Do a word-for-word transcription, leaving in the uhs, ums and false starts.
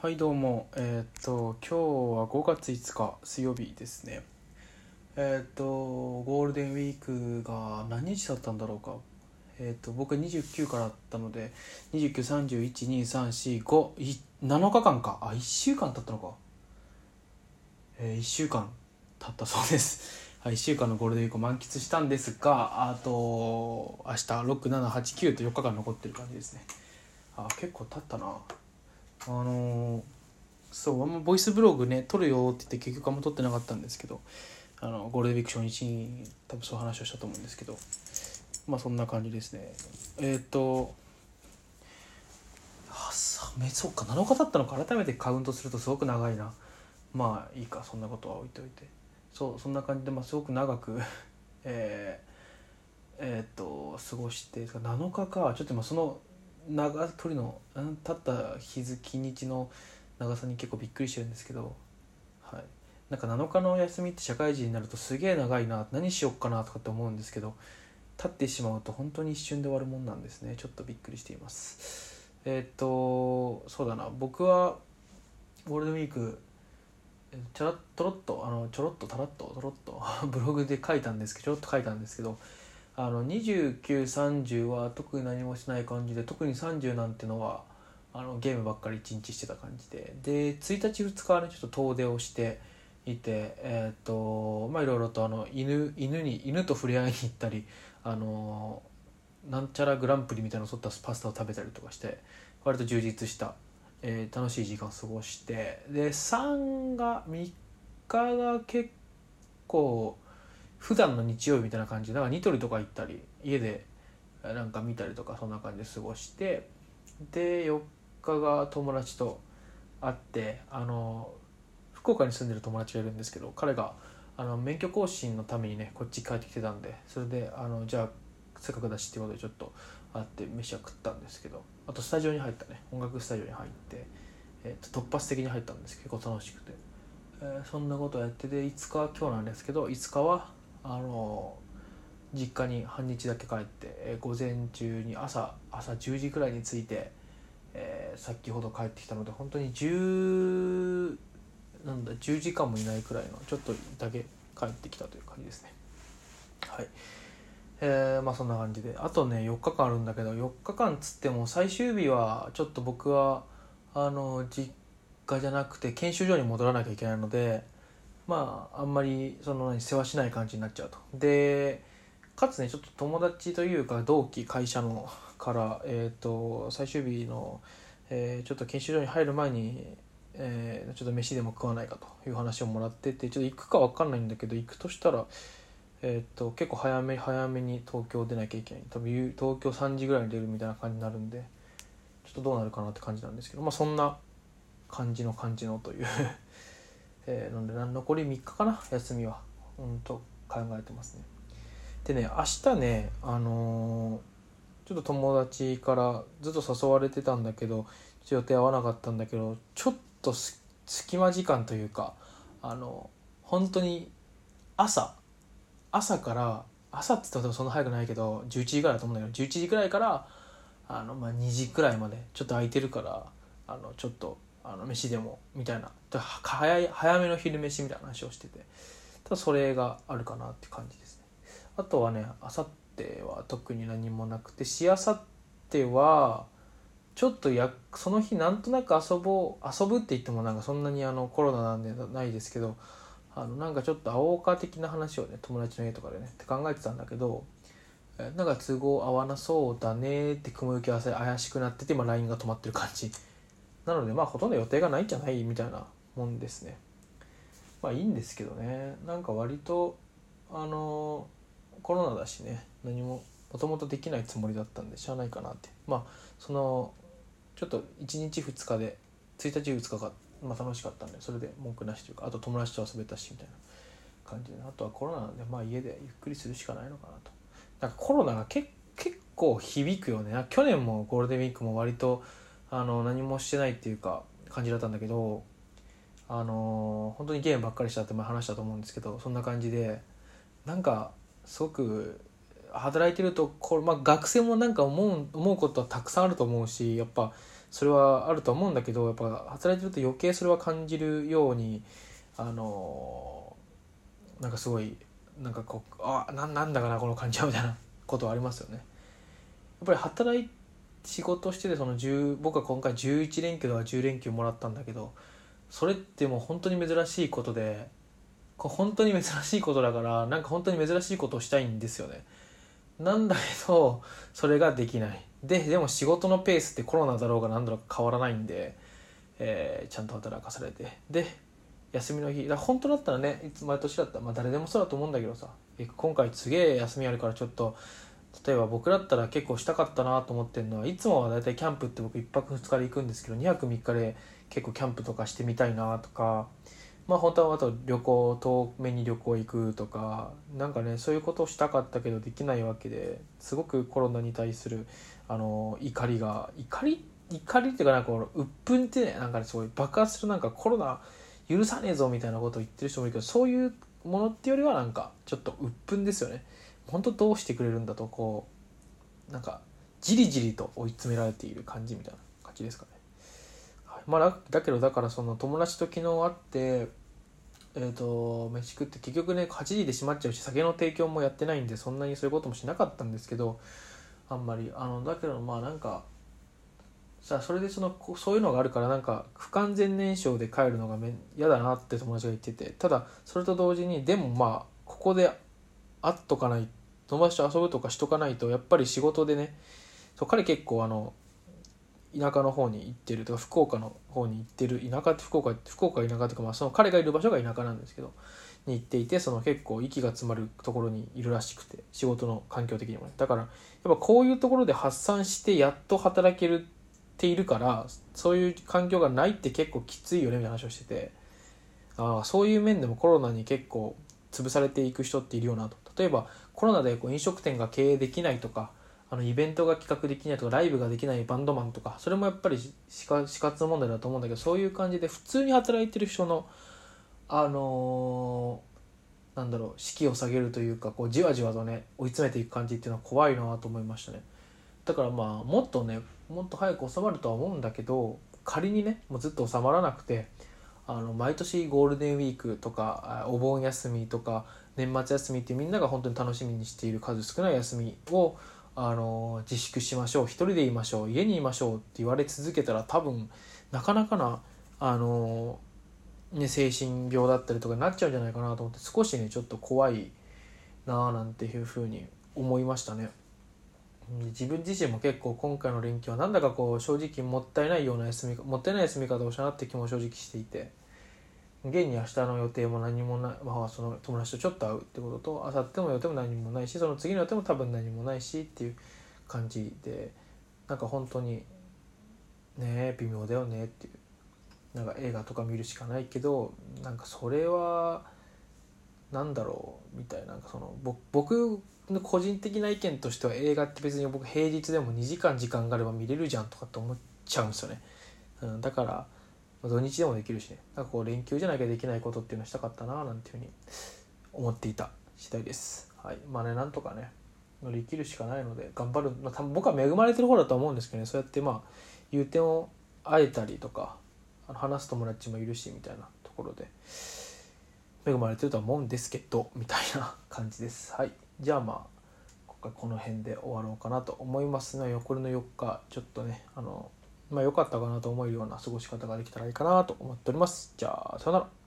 はいどうも、えっ、と今日はごがついつか水曜日ですね。えっ、とゴールデンウィークが何日だったんだろうか。えっ、と僕はにじゅうくからだったのでにじゅうく、さんじゅういち、に、さん、よん、ご、なのかかんか。あ、いっしゅうかん経ったのか。えー、いっしゅうかん経ったそうです。はい、いっしゅうかんのゴールデンウィークを満喫したんですが、あと明日ろく、しち、はち、きゅうとよっかかん残ってる感じですね。あ、結構経ったな。あのーそうあんまボイスブログね撮るよって言って結局あんま撮ってなかったんですけど、あのゴールデンウィーク初日に多分そういう話をしたと思うんですけど、まあそんな感じですね。えっ、ー、とあさめそうかなのか経ったのか改めてカウントするとすごく長いな。まあいいか、そんなことは置いておいて、そうそんな感じで、まあ、すごく長くえー、えー、と過ごして、なのかかかちょっと今その長鳥の経った日付日の長さに結構びっくりしてるんですけど、はい、なんかなのかのお休みって社会人になるとすげえ長いな、何しよっかなとかって思うんですけど、経ってしまうと本当に一瞬で終わるもんなんですね。ちょっとびっくりしています。えー、っとそうだな、僕はゴールデンウィークちょろっとろっとあのちょろっとたらっととろっとブログで書いたんですけどちょろっと書いたんですけど、あのにじゅうく、さんじゅうは特に何もしない感じで、特にさんじゅうなんてのはあのゲームばっかりいちにちしてた感じで、でついたちふつかはねちょっと遠出をしていて、えっ、ー、とまあいろいろとあの犬犬に犬と触れ合いに行ったり、あのなんちゃらグランプリみたいなのを取ったパスタを食べたりとかして、割と充実した、えー、楽しい時間を過ごして、でさんがみっかが結構普段の日曜日みたいな感じで、なんかニトリとか行ったり家でなんか見たりとかそんな感じで過ごして、でよっかが友達と会って、あの福岡に住んでる友達がいるんですけど、彼があの免許更新のためにねこっち帰ってきてたんで、それであのじゃあせっかくだしっていうことでちょっと会って飯は食ったんですけど、あとスタジオに入ったね、音楽スタジオに入って、えー、と突発的に入ったんですけど結構楽しくて、えー、そんなことをやってて、いつかは今日なんですけどいつかはあの実家に半日だけ帰って、えー、午前中に朝朝じゅうじくらいに着いて、えー、先ほど帰ってきたので本当にじゅうなんだじゅうじかんもいないくらいのちょっとだけ帰ってきたという感じですね。はい、えー、まあそんな感じで、あとねよっかかんあるんだけど、よっかかんつっても最終日はちょっと僕はあの実家じゃなくて研修所に戻らなきゃいけないので、まああんまりその世話しない感じになっちゃうと。でかつねちょっと友達というか同期会社のから、えー、と最終日の、えー、ちょっと研修所に入る前に、えー、ちょっと飯でも食わないかという話をもらってて、ちょっと行くか分かんないんだけど、行くとしたら、えー、と結構早め早めに東京出なきゃいけない、多分東京さんじぐらいに出るみたいな感じになるんで、ちょっとどうなるかなって感じなんですけど、まあそんな感じの感じのというえー、なので残りみっかかな休みは、うんと考えてますね。でね明日ねあのー、ちょっと友達からずっと誘われてたんだけどちょっと予定合わなかったんだけど、ちょっと隙間時間というか、あの本当に朝朝から朝って言ってもそんな早くないけどじゅういちじぐらいだと思うんだけど、じゅういちじぐらいからあの、まあ、にじくらいまでちょっと空いてるから、あのちょっとあの飯でもみたいな、早い早めの昼飯みたいな話をしてて、ただそれがあるかなって感じですね。あとはねあさっては特に何もなくて、しあさってはちょっとやその日なんとなく遊ぼう遊ぶって言ってもなんかそんなにあのコロナなんでないですけど、あのなんかちょっと会おうか的な話をね友達の家とかでねって考えてたんだけど、なんか都合合わなそうだねって雲行き合わせ怪しくなってて今 ライン が止まってる感じなので、まあほとんど予定がないんじゃないみたいなもんですね。まあいいんですけどね、なんか割とあのコロナだしね、何ももともとできないつもりだったんでしゃあないかなって、まあそのちょっといちにちふつかでついたちふつかが、まあ、楽しかったんでそれで文句なしというか、あと友達と遊べたしみたいな感じで、あとはコロナなんでまあ家でゆっくりするしかないのかなと。なんかコロナがけ結構響くよね。去年もゴールデンウィークも割とあの何もしてないっていうか感じだったんだけど、あの本当にゲームばっかりしたって前話したと思うんですけど、そんな感じでなんかすごく働いてるとこれ、まあ、学生もなんか思う思うことはたくさんあると思うし、やっぱそれはあると思うんだけど、やっぱ働いてると余計それは感じるように、あのなんかすごいなんかこうあななんだかなこの感じはみたいなことはありますよね。やっぱり働い仕事しててそのじゅう僕は今回じゅういち連休とかじゅう連休もらったんだけど、それってもう本当に珍しいことで、これ本当に珍しいことだから、なんか本当に珍しいことをしたいんですよね。なんだけどそれができない。ででも仕事のペースってコロナだろうが何だろうか変わらないんで、えー、ちゃんと働かされて、で休みの日だ本当だったらね、いつ毎年だったら、まあ、誰でもそうだと思うんだけどさ、今回すげえ休みあるからちょっと、例えば僕だったら結構したかったなと思ってるのは、いつもはだいたいキャンプって僕いっぱくふつかで行くんですけど、にはくみっかで結構キャンプとかしてみたいなとか、まあ本当はあと旅行遠めに旅行行くとか、なんかねそういうことをしたかったけどできないわけで、すごくコロナに対するあの怒りが怒り怒りっていうかなんかこの鬱憤ってね、なんかねすごい爆発する、なんかコロナ許さねえぞみたいなことを言ってる人もいるけど、そういうものっていうよりはなんかちょっと鬱憤ですよね。本当どうしてくれるんだと、こうなんかじりじりと追い詰められている感じみたいな感じですかね。はい、まあだ、だけどだからその友達と昨日会ってえーと飯食って結局ねはちじで閉まっちゃうし、酒の提供もやってないんでそんなにそういうこともしなかったんですけど、あんまりあのだけどまあなんかさ、それでそのそういうのがあるからなんか不完全燃焼で帰るのが嫌だなって友達が言ってて、ただそれと同時にでもまあここで会っとかない、友達と遊ぶとかしとかないとやっぱり仕事でね、そう彼結構あの田舎の方に行ってるとか福岡の方に行ってる、田舎って福岡福岡田舎とか、まあその彼がいる場所が田舎なんですけどに行っていて、その結構息が詰まるところにいるらしくて、仕事の環境的にもね、だからやっぱこういうところで発散してやっと働けるっているから、そういう環境がないって結構きついよねみたいな話をしてて、ああそういう面でもコロナに結構潰されていく人っているよなと。例えばコロナでこう飲食店が経営できないとか、あのイベントが企画できないとか、ライブができないバンドマンとか、それもやっぱり死活問題だと思うんだけど、そういう感じで普通に働いてる人のあのー、なんだろう士気を下げるというか、こうじわじわとね追い詰めていく感じっていうのは怖いなと思いましたね。だからまあもっとねもっと早く収まるとは思うんだけど、仮にねもうずっと収まらなくて、あの毎年ゴールデンウィークとかお盆休みとか年末休みってみんなが本当に楽しみにしている数少ない休みをあの自粛しましょう、一人でいましょう、家にいましょうって言われ続けたら、多分なかなかなあの、ね、精神病だったりとかになっちゃうんじゃないかなと思って、少しねちょっと怖いなあなんていうふうに思いましたね。自分自身も結構今回の連休はなんだかこう正直もったいないような休みもったいない休み方をしたなって気も正直していて、現に明日の予定も何もない、まあ、その友達とちょっと会うってことと、明後日も予定も何もないし、その次の予定も多分何もないしっていう感じで、なんか本当にね微妙だよねっていう、なんか映画とか見るしかないけど、なんかそれはなんだろうみたいな、なんかその僕の個人的な意見としては、映画って別に僕平日でもにじかん時間があれば見れるじゃんとかって思っちゃうんですよね、うん、だから土日でもできるしね、なんかこう連休じゃなきゃできないことっていうのをしたかったななんていうふうに思っていた次第です。はい、まあねなんとかね乗り切るしかないので頑張る、まあ、多分僕は恵まれてる方だと思うんですけどね、そうやってまあ優点を会えたりとか、あの話す友達もいるしみたいなところで恵まれてるとは思うんですけどみたいな感じです。はい、じゃあまあ今回この辺で終わろうかなと思いますね。残りのよっかちょっとねあのまあ良かったかなと思えるような過ごし方ができたらいいかなと思っております。じゃあさよなら。